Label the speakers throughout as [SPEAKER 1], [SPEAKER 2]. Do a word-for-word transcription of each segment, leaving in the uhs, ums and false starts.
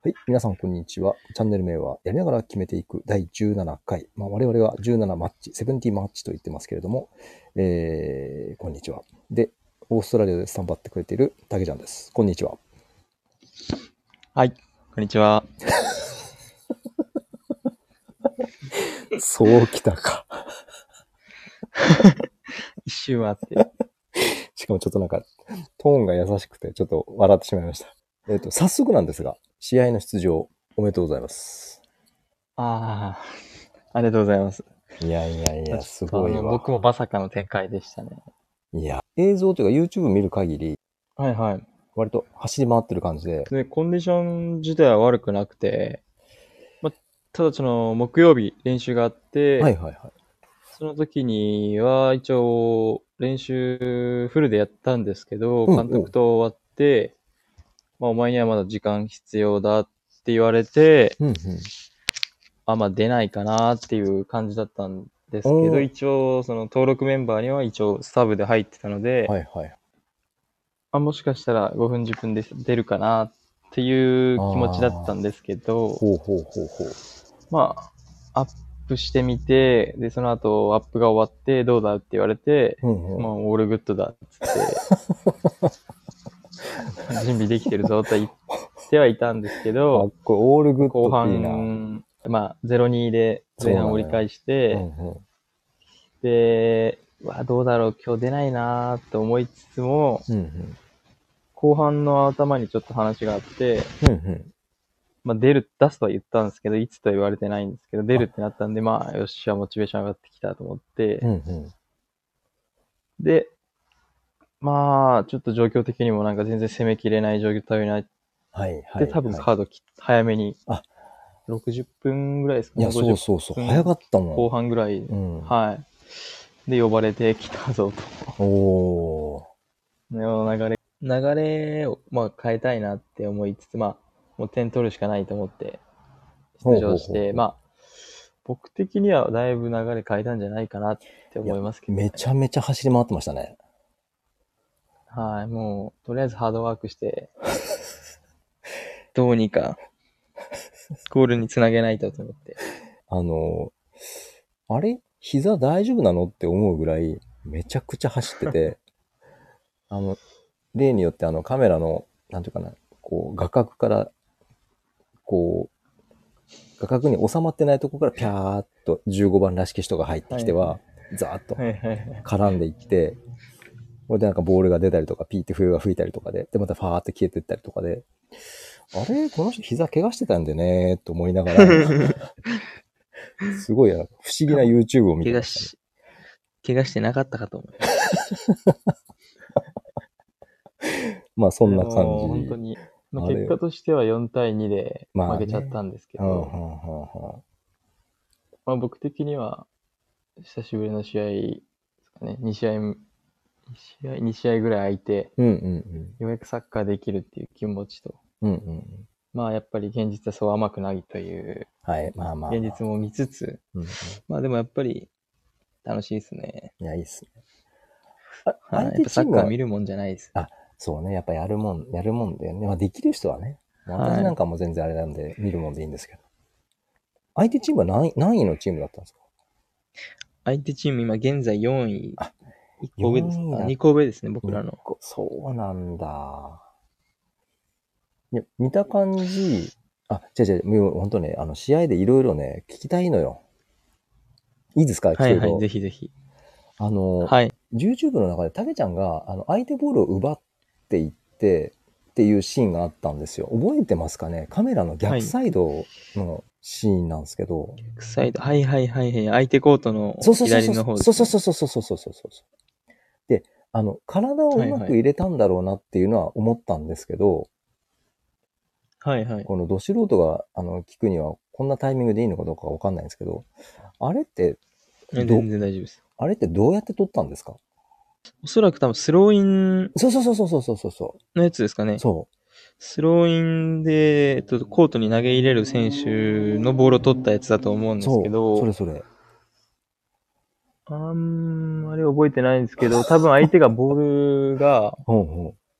[SPEAKER 1] はい。皆さん、こんにちは。チャンネル名は、やりながら決めていくだいじゅうななかい。まあ、我々はじゅうななマッチ、セブンティーマッチと言ってますけれども、えー、こんにちは。で、オーストラリアでスタンバってくれているたけちゃんです。こんにちは。
[SPEAKER 2] はい、こんにちは。
[SPEAKER 1] そうきたか。
[SPEAKER 2] 一周回って。
[SPEAKER 1] しかもちょっとなんか、トーンが優しくて、ちょっと笑ってしまいました。えっ、と、早速なんですが、試合の出場、おめでとうございます。
[SPEAKER 2] ああ、ありがとうございます。
[SPEAKER 1] いやいやいや、
[SPEAKER 2] ちょっ
[SPEAKER 1] す
[SPEAKER 2] とあの、
[SPEAKER 1] ごいわ。
[SPEAKER 2] 僕もまさかの展開でしたね。
[SPEAKER 1] いや、映像というか YouTube 見る限り、
[SPEAKER 2] はいはい。
[SPEAKER 1] 割と走り回ってる感じで。
[SPEAKER 2] で、コンディション自体は悪くなくて、ま、ただその、木曜日練習があって、
[SPEAKER 1] はいはいはい。
[SPEAKER 2] その時には一応練習フルでやったんですけど、監
[SPEAKER 1] うんうん。
[SPEAKER 2] 督と終わって、まあお前にはまだ時間必要だって言われて、
[SPEAKER 1] うんうん。
[SPEAKER 2] あ、まあ出ないかなっていう感じだったんですけど、
[SPEAKER 1] おー。
[SPEAKER 2] 一応その登録メンバーには一応サブで入ってたので、
[SPEAKER 1] はいはい。
[SPEAKER 2] あ、もしかしたらごふんじゅっぷんで出るかなっていう気持ちだった
[SPEAKER 1] ああ、
[SPEAKER 2] んですけど、
[SPEAKER 1] ほうほうほうほう。
[SPEAKER 2] まあ、アップしてみて、で、その後アップが終わってどうだって言われて、
[SPEAKER 1] うんうん。
[SPEAKER 2] もうオールグッドだっつって、準備できてるぞと言ってはいたんですけ
[SPEAKER 1] あ、
[SPEAKER 2] ど、
[SPEAKER 1] これオールグッ
[SPEAKER 2] 後
[SPEAKER 1] ドっていいな。
[SPEAKER 2] 半、まあ、ゼロにで前
[SPEAKER 1] そうなのよ。
[SPEAKER 2] 半折り返して、
[SPEAKER 1] うんうん。
[SPEAKER 2] で、わ、どうだろう、今日出ないなーって思いつつも、
[SPEAKER 1] うんうん。
[SPEAKER 2] 後半の頭にちょっと話があって、
[SPEAKER 1] うんうん。
[SPEAKER 2] まあ出る、出すとは言ったんですけど、いつとは言われてないんですけど、出る
[SPEAKER 1] あ、
[SPEAKER 2] ってなったんで、まあ、よっしゃ、モチベーション上がってきたと思って、
[SPEAKER 1] うんうん。
[SPEAKER 2] で、まあ、ちょっと状況的にもなんか全然攻めきれない状態になっ
[SPEAKER 1] はいは
[SPEAKER 2] て、
[SPEAKER 1] いはい。
[SPEAKER 2] 多分カード早めに、
[SPEAKER 1] あ、
[SPEAKER 2] ろくじゅっぷんぐらいですかね、
[SPEAKER 1] いや、そ
[SPEAKER 2] 50
[SPEAKER 1] うそうそう。早
[SPEAKER 2] 分
[SPEAKER 1] かったも
[SPEAKER 2] 後半ぐらい、
[SPEAKER 1] ん。うん。
[SPEAKER 2] はい。で、呼ばれてきたぞ
[SPEAKER 1] おー。
[SPEAKER 2] と。の流れ、流れを、まあ、変えたいなって思いつつ、まあ、もう点取るしかないと思って出
[SPEAKER 1] ほうほう
[SPEAKER 2] 場して、
[SPEAKER 1] ほうほう。
[SPEAKER 2] まあ、僕的にはだいぶ流れ変えたんじゃないかなって
[SPEAKER 1] いや、
[SPEAKER 2] 思いますけどね。
[SPEAKER 1] めちゃめちゃ走り回ってましたね。
[SPEAKER 2] はい、もう、とりあえずハードワークして、どうにかゴールにつなげないとと思って。
[SPEAKER 1] あの、あれ膝大丈夫なのって思うぐらい、めちゃくちゃ走ってて、あの、例によってあのカメラの、なんていうかな、こう、画角から、こう、画角に収まってないとこからピャーっとじゅうごばんらしき人が入って
[SPEAKER 2] はい。
[SPEAKER 1] きては、ザーッと
[SPEAKER 2] はいはいはい。
[SPEAKER 1] 絡んでいって、これでなんかボールが出たりとか、ピーって冬が吹いたりとかで、で、またファーって消えていったりとかで、あれこの人膝怪我してたんでねと思いながら、すごい不思議な
[SPEAKER 2] 多分、
[SPEAKER 1] YouTube を見てましたね。
[SPEAKER 2] 怪我し、怪我してなかったかと思います。
[SPEAKER 1] まあそん
[SPEAKER 2] で
[SPEAKER 1] な感
[SPEAKER 2] も、本当
[SPEAKER 1] じ。
[SPEAKER 2] に、まあ、結
[SPEAKER 1] あれ、
[SPEAKER 2] 果としてはよん対にで負けちゃっ
[SPEAKER 1] まあね。
[SPEAKER 2] たんですけ
[SPEAKER 1] うん、うん、
[SPEAKER 2] ど、
[SPEAKER 1] うん、うん。
[SPEAKER 2] まあ、僕的には、久しぶりの試合ですかね、に試合、に試合、に試合ぐらい空いて、
[SPEAKER 1] うん、うん、
[SPEAKER 2] ようやくサッカーできるっていう気持ちと、
[SPEAKER 1] うん。うん、うん。
[SPEAKER 2] まあやっぱり現実はそう甘くないという
[SPEAKER 1] はい、まあまあまあ。
[SPEAKER 2] 現実も見つつ、
[SPEAKER 1] うん、うん。
[SPEAKER 2] まあでもやっぱり楽しいですね。
[SPEAKER 1] いや、いいっすね。あ、
[SPEAKER 2] はい。
[SPEAKER 1] 相
[SPEAKER 2] やっぱサッカー
[SPEAKER 1] 手チームは、
[SPEAKER 2] 見るもんじゃないです。
[SPEAKER 1] あ、そうね。やっぱやるもん、やるもんだよね。まあ、できる人はね。私
[SPEAKER 2] はい。
[SPEAKER 1] なんかも全然あれなんで、見るもんでいいんですけど。相手チームは何位、何位のチームだったんですか？
[SPEAKER 2] 相手チーム今現在よんい、
[SPEAKER 1] あ、
[SPEAKER 2] いっこ上です。
[SPEAKER 1] よんい
[SPEAKER 2] あ、
[SPEAKER 1] だ。
[SPEAKER 2] にこ上ですね、僕
[SPEAKER 1] に
[SPEAKER 2] らの。
[SPEAKER 1] こ、そうなんだ。いや、見た感じ、あ、違う違う、もう本当ね、あの、試合でいろいろね、聞きたいのよ。いいですか聞
[SPEAKER 2] はいはい、
[SPEAKER 1] けると。
[SPEAKER 2] ぜひぜひ。
[SPEAKER 1] あの、
[SPEAKER 2] はい。
[SPEAKER 1] YouTube の中でたけちゃんが、あの、相手ボールを奪っていって、っていうシーンがあったんですよ。覚えてますかね？カメラの逆
[SPEAKER 2] はい。
[SPEAKER 1] サイドのシーンなんですけど。
[SPEAKER 2] 逆サイド。はいはいはいはい。相手コートの
[SPEAKER 1] そうそうそうそう、
[SPEAKER 2] 左の方ですね。
[SPEAKER 1] そうそうそうそうそうそうそうそう。で、あの、体をう
[SPEAKER 2] はいはい。
[SPEAKER 1] まく入れたんだろうなっていうのは思ったんですけど、
[SPEAKER 2] はいはい。
[SPEAKER 1] このど素人が、あの、聞くには、こんなタイミングでいいのかどうかわかんないんですけど、あれって、ど、
[SPEAKER 2] 全然大丈夫です。
[SPEAKER 1] あれってどうやって撮ったんですか？
[SPEAKER 2] おそらく多分スローイン
[SPEAKER 1] そうそうそうそうそうそうそ
[SPEAKER 2] のやつですか
[SPEAKER 1] う。
[SPEAKER 2] ね。
[SPEAKER 1] そ
[SPEAKER 2] スローインで、えっと、コートに投げ入れる選手のボールを取ったやつだと思うん
[SPEAKER 1] う。
[SPEAKER 2] ですけ
[SPEAKER 1] そう。そ
[SPEAKER 2] ど、
[SPEAKER 1] れそれ。
[SPEAKER 2] あんまり覚えてないんですけど、多分相手がボールが、
[SPEAKER 1] ほうほ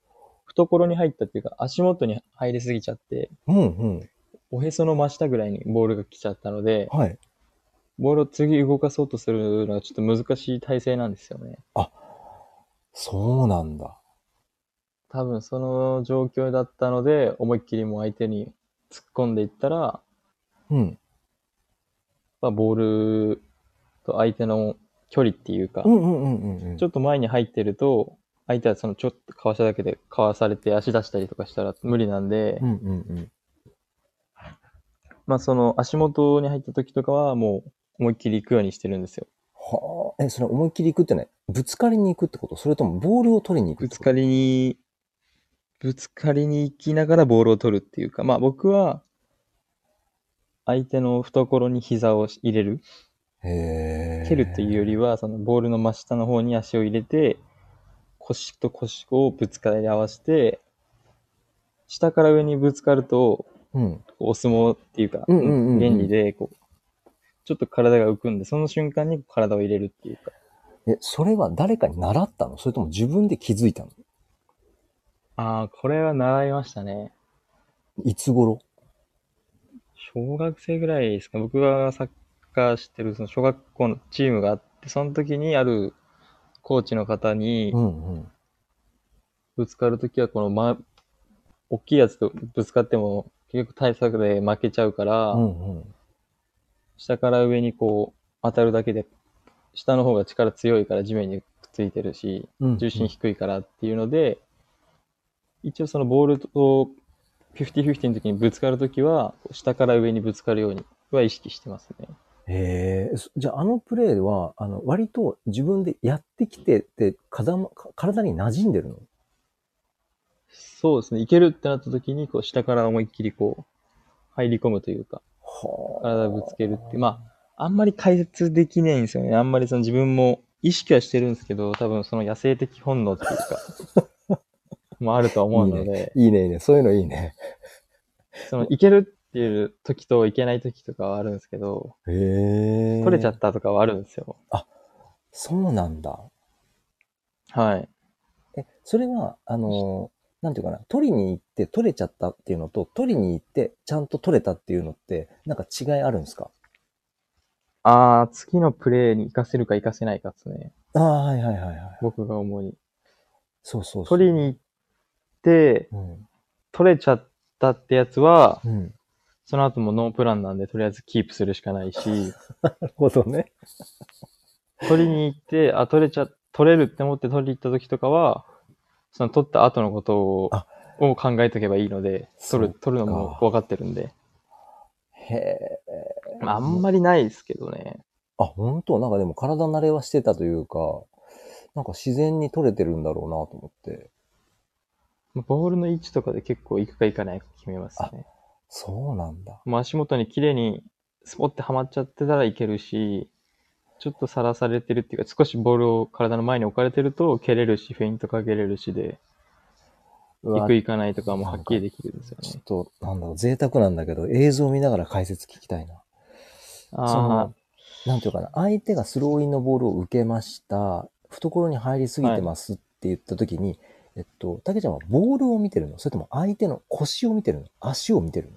[SPEAKER 2] 懐に入ったっていうか、足元に入りすぎちゃって、
[SPEAKER 1] うんうん。
[SPEAKER 2] おへその真下ぐらいにボールが来ちゃったので、
[SPEAKER 1] はい。
[SPEAKER 2] ボールを次動かそうとするのがちょっと難しい体勢なんですよね。
[SPEAKER 1] あ、そうなんだ。
[SPEAKER 2] 多分その状況だったので、思いっきりもう相手に突っ込んでいったら、
[SPEAKER 1] うん。
[SPEAKER 2] まあ、ボールと相手の距離っていうか、
[SPEAKER 1] うんうんうんうんうん。
[SPEAKER 2] ちょっと前に入ってると、相手はそのちょっとかわしただけでかわされて足出したりとかしたら無理なんで、
[SPEAKER 1] うんうんうん。
[SPEAKER 2] まあその足元に入った時とかはもう思いっきり行くようにしてるんですよ。
[SPEAKER 1] はあ。え、それ思いっきり行くってね、ぶつかりに行くってこと？それともボールを取りに行くってこと？
[SPEAKER 2] ぶつかりに、ぶつかりに行きながらボールを取るっていうか、まあ僕は相手の懐に膝を入れる。
[SPEAKER 1] へ
[SPEAKER 2] 蹴るというより
[SPEAKER 1] え。
[SPEAKER 2] は、そのボールの真下の方に足を入れて、腰と腰をぶつかり合わせて、下から上にぶつかると、
[SPEAKER 1] うん。
[SPEAKER 2] お相撲っていうか、
[SPEAKER 1] うんうんうんうん。
[SPEAKER 2] 原理で、こう、ちょっと体が浮くんで、その瞬間に体を入れるっていうか。
[SPEAKER 1] え、それは誰かに習ったの？それとも自分で気づいたの？
[SPEAKER 2] ああ、これは習いましたね。
[SPEAKER 1] いつ頃？
[SPEAKER 2] 小学生ぐらいですか。僕がサッカーしてるその小学校のチームがあって、その時にあるコーチの方に
[SPEAKER 1] うんうん。
[SPEAKER 2] ぶつかるときはこの、ま、大きいやつとぶつかっても結局対策で負けちゃうか
[SPEAKER 1] う
[SPEAKER 2] ら、
[SPEAKER 1] んうん。
[SPEAKER 2] 下から上にこう当たるだけで、下の方が力強いから地面にくっついてるし、重心
[SPEAKER 1] うんうん。
[SPEAKER 2] 低いからっていうので、一応そのボールとフィフティフィフティの時にぶつかるときは、下から上にぶつかるようには意識してますね。
[SPEAKER 1] へえ、そじゃあ、あのプレーは、あの、割と自分でやってきてて、かざまか体に馴染んでるの？
[SPEAKER 2] そうですね。いけるってなった時に、こう下から思いっきりこう入り込むというか、体をぶつけるって、ま
[SPEAKER 1] は
[SPEAKER 2] あ、あんまり解説できないんですよね。あんまりその自分も意識はしてるんですけど、多分その野生的本能っていうか、もあるとは
[SPEAKER 1] あ。
[SPEAKER 2] 思
[SPEAKER 1] いいね。
[SPEAKER 2] うので、
[SPEAKER 1] いいね、いいね。そういうのいいね。
[SPEAKER 2] そのいけるっていう時といけない時とかはあるんですけど、
[SPEAKER 1] へ
[SPEAKER 2] 取れちゃっ
[SPEAKER 1] え。
[SPEAKER 2] たとかはあるんですよ。
[SPEAKER 1] あ、そうなんだ。
[SPEAKER 2] はい。
[SPEAKER 1] え、それは、あの、なんていうかな、取りに行って取れちゃったっていうのと、取りに行ってちゃんと取れたっていうのって、なんか違いあるんですか？
[SPEAKER 2] あー、次のプレイに活かせるか活かせないかですね。
[SPEAKER 1] ああ、はいはいはいはい。
[SPEAKER 2] 僕が思うに。
[SPEAKER 1] そうそうそ
[SPEAKER 2] 取りに行って、
[SPEAKER 1] う。うん。
[SPEAKER 2] 取れちゃったってやつは、
[SPEAKER 1] うん。
[SPEAKER 2] その後もノープランなんで、とりあえずキープするしかないし、
[SPEAKER 1] なるほどね。
[SPEAKER 2] 取りに行って、あ、取れちゃ、取れるって思って取りに行った時とかは、その取った後のことを、
[SPEAKER 1] あ、
[SPEAKER 2] を考えとけばいいので、取る、
[SPEAKER 1] そ
[SPEAKER 2] 取るの
[SPEAKER 1] っか。
[SPEAKER 2] も分かってるんで。
[SPEAKER 1] へえ。
[SPEAKER 2] まあ、あん
[SPEAKER 1] も
[SPEAKER 2] まりないですけどね。
[SPEAKER 1] あ、本当なんかでも体慣れはしてたというか、なんか自然に取れてるんだろうなと思って。
[SPEAKER 2] ボールの位置とかで結構行くか行かないか決めます
[SPEAKER 1] あ、
[SPEAKER 2] ね。
[SPEAKER 1] そうなんだ。
[SPEAKER 2] もう足元に綺麗にスポッてはまっちゃってたらいけるし、ちょっとさらされてるっていうか、少しボールを体の前に置かれてると蹴れるし、フェイントかけれるしで、
[SPEAKER 1] うわ、
[SPEAKER 2] 行く行かないとかもは
[SPEAKER 1] なんか、
[SPEAKER 2] っきりできるんですよね。
[SPEAKER 1] ちょっと、なんだろう、贅沢なんだけど、映像見ながら解説聞きたいな。その、
[SPEAKER 2] あ
[SPEAKER 1] なんていうかな、相手がスローインのボールを受けました。懐に入りす
[SPEAKER 2] あ、はい。
[SPEAKER 1] ぎてますって言った時に、えっと、たけちゃんはボールを見てるの？それとも相手の腰を見てるの？足を見てるの？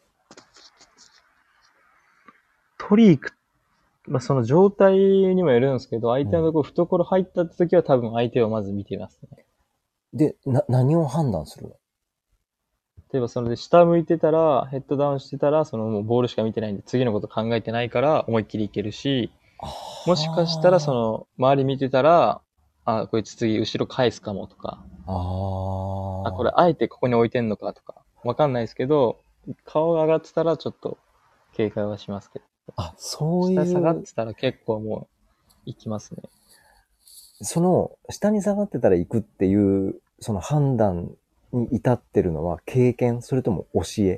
[SPEAKER 2] 取り行く、まあ、その状態にもよるんですけど、相手のと
[SPEAKER 1] うん。
[SPEAKER 2] ころ懐入ったって時は多分相手をまず見てますね。
[SPEAKER 1] で、な、何を判断するの？
[SPEAKER 2] 例えばそれで下向いてたら、ヘッドダウンしてたら、そのもうボールしか見てないんで、次のこと考えてないから思いっきりいけるし、
[SPEAKER 1] あ
[SPEAKER 2] もしかしたらそ
[SPEAKER 1] あ、
[SPEAKER 2] の周り見てたら、あ、こいつ次後ろ返すかもとか、
[SPEAKER 1] あ
[SPEAKER 2] あ、これ
[SPEAKER 1] あ、
[SPEAKER 2] あえてここに置いてんのかとか、わかんないですけど、顔が上がってたらちょっと警戒はしますけど、
[SPEAKER 1] あ、そう
[SPEAKER 2] 下下がっ
[SPEAKER 1] いう、
[SPEAKER 2] てたら結構もう行きますね。
[SPEAKER 1] その、下に下がってたら行くっていう、その判断に至ってるのは経験、それとも教え？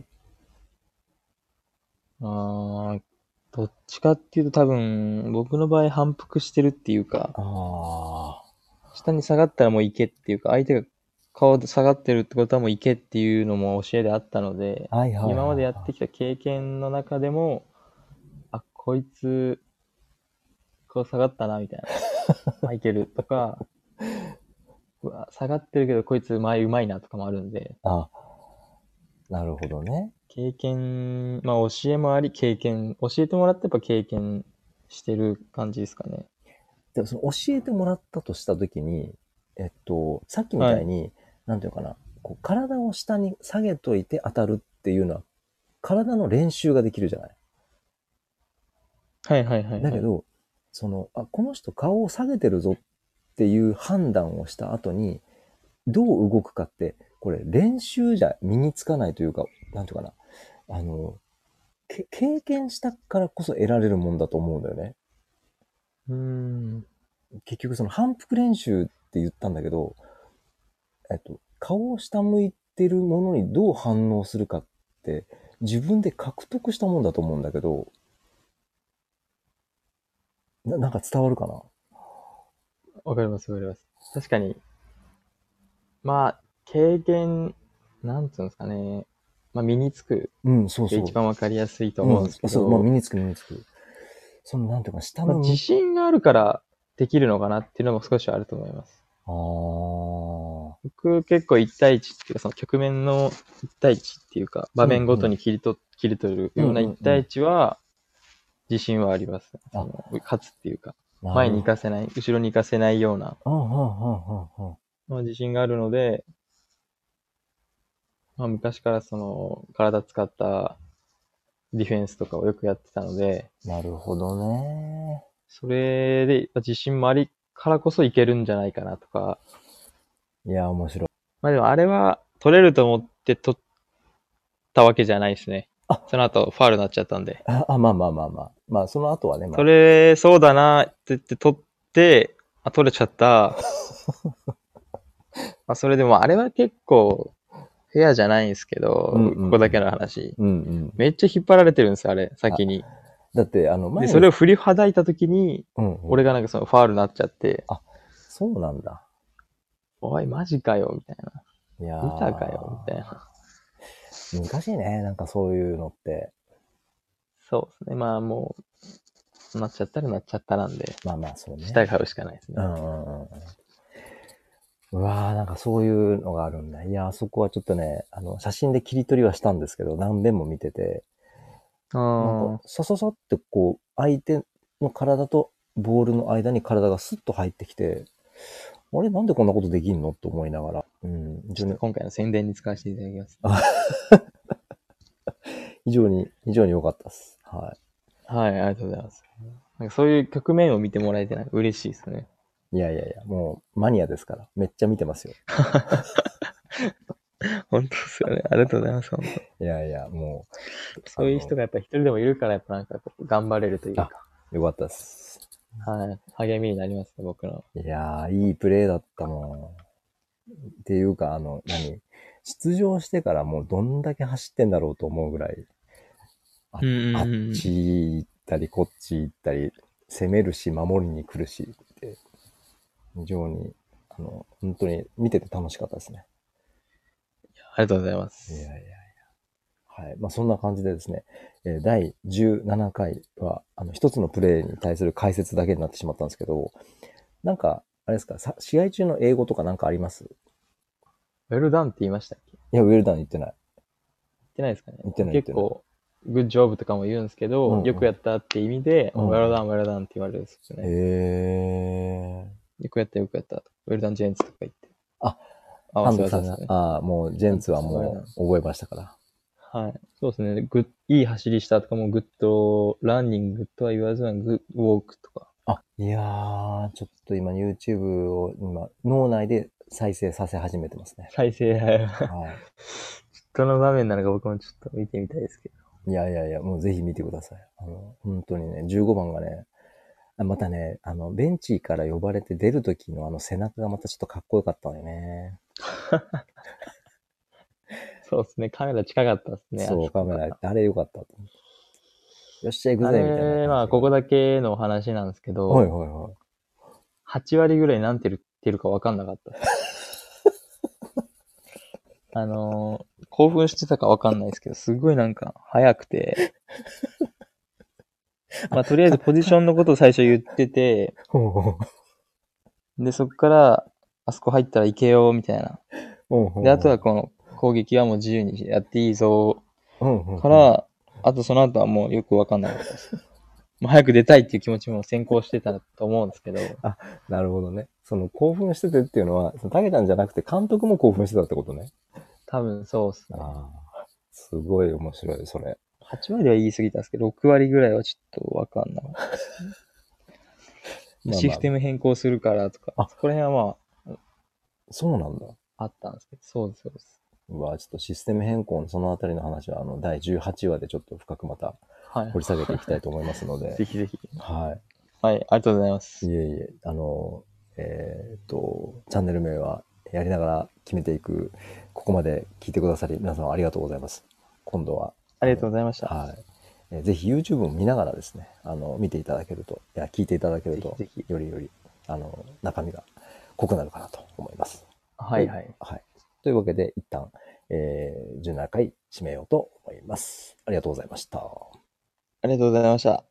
[SPEAKER 2] あー、どっちかっていうと多分、僕の場合反復してるっていうか、
[SPEAKER 1] ああ、
[SPEAKER 2] 下に下がったらもう行けっていうか、相手が顔で下がってるってことはもう行けっていうのも教えであったので、
[SPEAKER 1] はいはいはい
[SPEAKER 2] 今までやっ
[SPEAKER 1] は
[SPEAKER 2] てきた経験の中でも、あ、こいつ、こう下がったな、みたいな。あ、いけるとかうわ、下がってるけどこいつ前うまいなとかもあるんで、
[SPEAKER 1] あ、なるほどね。
[SPEAKER 2] 経験、まあ教えもあり、経験、教えてもらってやっぱ経験してる感じですかね。
[SPEAKER 1] でもその教えてもらったとしたときに、えっと、さっきみ
[SPEAKER 2] はい。
[SPEAKER 1] たいに、なんていうのかな、こう体を下に下げといて当たるっていうのは、体の練習ができるじゃない。
[SPEAKER 2] はいはいはいはい。
[SPEAKER 1] だけど、その、あ、この人顔を下げてるぞっていう判断をした後に、どう動くかって、これ練習じゃ身につかないというか、なんていうかな、あの、け経験したからこそ得られるもんだと思うんだよね。
[SPEAKER 2] うーん。
[SPEAKER 1] 結局その反復練習って言ったんだけど、えっと、顔を下向いてるものにどう反応するかって自分で獲得したもんだと思うんだけど、な、なんか伝わるかな。
[SPEAKER 2] わかりますわかります。確かに、まあ、経験、なんつうんですかね。まあ身につく
[SPEAKER 1] うん、そうそ
[SPEAKER 2] が一番わかりやすいと
[SPEAKER 1] う。うん、
[SPEAKER 2] 思うんですけ
[SPEAKER 1] そう、まあ
[SPEAKER 2] ど、
[SPEAKER 1] 身につく身につく。その、なんていうか、下
[SPEAKER 2] まあ自
[SPEAKER 1] のむ、
[SPEAKER 2] 信があるからできるのかなっていうのも少しあると思います。
[SPEAKER 1] ああ、
[SPEAKER 2] 僕結構一対一っていうか、その局面の一対一っていうか、場面ごと
[SPEAKER 1] うんうん、
[SPEAKER 2] に切り取、切り取る
[SPEAKER 1] うん
[SPEAKER 2] ような一対
[SPEAKER 1] うんうん。
[SPEAKER 2] 一は自信はあります。そ
[SPEAKER 1] あ、
[SPEAKER 2] の、勝つっていうか、前に
[SPEAKER 1] なるほ
[SPEAKER 2] 行かせない、後ろに行かせないような、
[SPEAKER 1] ど。うんうんうんうんうん。
[SPEAKER 2] まあ、自信があるので、まあ、昔からその、体使ったディフェンスとかをよくやってたので、
[SPEAKER 1] なるほどね。
[SPEAKER 2] それでまあ自信もありからこそいけるんじゃないかなとか、
[SPEAKER 1] いや、面白い。
[SPEAKER 2] まあでもあれは取れると思って取ったわけじゃないですね。
[SPEAKER 1] あ、
[SPEAKER 2] その後ファールになっちゃったんで。
[SPEAKER 1] あ、あまあまあまあまあ。まあ、その後はね、ま
[SPEAKER 2] 取
[SPEAKER 1] あ、
[SPEAKER 2] れそうだなって言って取って、あ、取れちゃった。まあそれでもあれは結構フェアじゃないんですけど、
[SPEAKER 1] うんうんうん。
[SPEAKER 2] ここだけの話。
[SPEAKER 1] うんうん。
[SPEAKER 2] めっちゃ引っ張られてるんですよ、あれ、
[SPEAKER 1] あ、
[SPEAKER 2] 先に。
[SPEAKER 1] だって、あの、
[SPEAKER 2] で、
[SPEAKER 1] 前に、
[SPEAKER 2] それを振りはだいた時に、
[SPEAKER 1] うんうん。
[SPEAKER 2] 俺がなんかそのファールになっちゃって、
[SPEAKER 1] あ、そうなんだ。
[SPEAKER 2] おい、マジかよ、みたいな。
[SPEAKER 1] いや
[SPEAKER 2] 見たかよ、みたい
[SPEAKER 1] ー、
[SPEAKER 2] な。
[SPEAKER 1] 難しいね。なんかそういうのって。
[SPEAKER 2] そうですね。まあもう、なっちゃったらなっちゃったなんで、
[SPEAKER 1] まあまあ、そうね。
[SPEAKER 2] 従うしかないですね。
[SPEAKER 1] うんうんうんうん。うわー、なんかそういうのがあるんだ。いやー、そこはちょっとね、あの、写真で切り取りはしたんですけど、何遍も見てて、
[SPEAKER 2] あ
[SPEAKER 1] なんか、
[SPEAKER 2] あ、
[SPEAKER 1] さささってこう、相手の体とボールの間に体がスッと入ってきて、あれなんでこんなことできんのと思いながら。うん、非常に、
[SPEAKER 2] ちょっと今回の宣伝に使わせていただきます。
[SPEAKER 1] あ非常に、非常に良かったです。は
[SPEAKER 2] はい、ありがとうございます。なんかそういう局面を見てもらえてなんか嬉しいですね。
[SPEAKER 1] い。いやいやいや、もうマニアですから、めっちゃ見てますよ。
[SPEAKER 2] 本当ですよね。ありがとうございます。本
[SPEAKER 1] いやいや、もう、あ
[SPEAKER 2] そういう
[SPEAKER 1] の、
[SPEAKER 2] 人がやっぱ一人でもいるから、やっぱなんかこう頑張れるという
[SPEAKER 1] あ、
[SPEAKER 2] か、
[SPEAKER 1] よかったです。
[SPEAKER 2] はい、励みになりますね、僕の。
[SPEAKER 1] いやー、いいプレーだったもん。っていうか、あの、何出場してからもうどんだけ走ってんだろうと思うぐらい、あ、
[SPEAKER 2] うんうん
[SPEAKER 1] あっ
[SPEAKER 2] うんうん。
[SPEAKER 1] ち行ったり、こっち行ったり、攻めるし、守りに来るしって、非常に、あの、本当に見てて楽しかったですね。
[SPEAKER 2] ありがとうございま
[SPEAKER 1] いやいやい
[SPEAKER 2] す。
[SPEAKER 1] や。はい。まあ、そんな感じでですね、えーだいじゅうななかいは、あの、一つのプレーに対する解説だけになってしまったんですけど、なんか、あれですか、さ試合中の英語とかなんかあります？い
[SPEAKER 2] ウェルダンって言いましたっけ？
[SPEAKER 1] や、ウェルダン言ってない。
[SPEAKER 2] 言ってないですかね。
[SPEAKER 1] 言ってない言ってない。
[SPEAKER 2] 結構、グッジョブとかも言うんですけど、
[SPEAKER 1] うんうん。
[SPEAKER 2] よくやったって意味で、
[SPEAKER 1] うんうん。
[SPEAKER 2] ウェルダン、ウェルダンって言われるんですよ
[SPEAKER 1] へ
[SPEAKER 2] ね。
[SPEAKER 1] え。
[SPEAKER 2] よくやったよくやったと。ウェルダンジェンツとか言って。
[SPEAKER 1] あ、
[SPEAKER 2] 合わせ
[SPEAKER 1] ハンドさんが、
[SPEAKER 2] 技ですね。
[SPEAKER 1] ああ、もう、ジェンツは
[SPEAKER 2] ウェルダン。
[SPEAKER 1] もう、覚えましたから。
[SPEAKER 2] はい。そうですね。グッ、いい走りしたとかも、グッド、ランニングとは言わずに、グッ、ウォークとか。
[SPEAKER 1] あ、いやー、ちょっと今 YouTube を今、脳内で再生させ始めてますね。
[SPEAKER 2] 再生、はい。
[SPEAKER 1] は
[SPEAKER 2] どの場面なのか僕もちょっと見てみたいですけど。
[SPEAKER 1] い。いやいやいや、もうぜひ見てください。あの、本当にね、じゅうごばんがね、あまたね、あの、ベンチから呼ばれて出る時のあの背中がまたちょっとかっこよかったのよね。
[SPEAKER 2] そうですね。カメラ近かったですね。
[SPEAKER 1] そう、カメラ、あれよかったと思って。よっしゃ、行く
[SPEAKER 2] あ
[SPEAKER 1] ぜみたいな
[SPEAKER 2] れ、まあ、
[SPEAKER 1] 感じが。
[SPEAKER 2] ここだけの話なんですけ
[SPEAKER 1] はい
[SPEAKER 2] ど、
[SPEAKER 1] はいはい。
[SPEAKER 2] はち割ぐらい何て言ってるか分かんなかったです。あのー、興奮してたか分かんないですけど、すごいなんか、早くて、まあ、とりあえず
[SPEAKER 1] か、か、
[SPEAKER 2] ポジションのことを最初言ってて、
[SPEAKER 1] ほうほう。
[SPEAKER 2] で、そこから、 あそこ入ったら行けよ、みたいな。
[SPEAKER 1] うんうんうん、
[SPEAKER 2] で、あとはこの攻撃はもう自由にやっていいぞ、
[SPEAKER 1] うんうんうん、
[SPEAKER 2] から、あとその後はもうよくわかんなかったです。もう早く出たいっていう気持ちも先行してたと思うんですけど。
[SPEAKER 1] あ、なるほどね。その興奮しててっていうのは、そのたけちゃんじゃなくて監督も興奮してたってことね。
[SPEAKER 2] 多分そうですね。
[SPEAKER 1] ああ、すごい面白い、それ。
[SPEAKER 2] はち割は言い過ぎたんですけど、ろく割ぐらいはちょっとわかんなかったですね。
[SPEAKER 1] まあまあ
[SPEAKER 2] システム変更するからとか、
[SPEAKER 1] あ
[SPEAKER 2] そこら辺はま
[SPEAKER 1] そうなんだ。
[SPEAKER 2] あ、あったんですけど、そうです、そうです。
[SPEAKER 1] うわ、ちょっとシステム変更のそのあたりの話は、あの、だいじゅうはちわでちょっと深くまた
[SPEAKER 2] はい。
[SPEAKER 1] 掘り下げていきたいと思いますので。
[SPEAKER 2] ぜひぜひ。
[SPEAKER 1] は
[SPEAKER 2] はい、ありがとうございま
[SPEAKER 1] い。
[SPEAKER 2] す。
[SPEAKER 1] いえいえ、あの、えーっと、チャンネル名はやりながら決めていく、ここまで聞いてくださり、皆さんありがとうございます。今度は、
[SPEAKER 2] ありがとうございました。
[SPEAKER 1] はい。えーぜひ YouTube も見ながらですね、あの、見ていただけると、いや、聞いていただけると、
[SPEAKER 2] ぜひぜひ
[SPEAKER 1] よりより、あの、中身が濃くなるかなと思います。
[SPEAKER 2] はいはい。
[SPEAKER 1] はい。というわけで、一旦、えー、じゅうななかい締めようと思います。ありがとうございました。
[SPEAKER 2] ありがとうございました。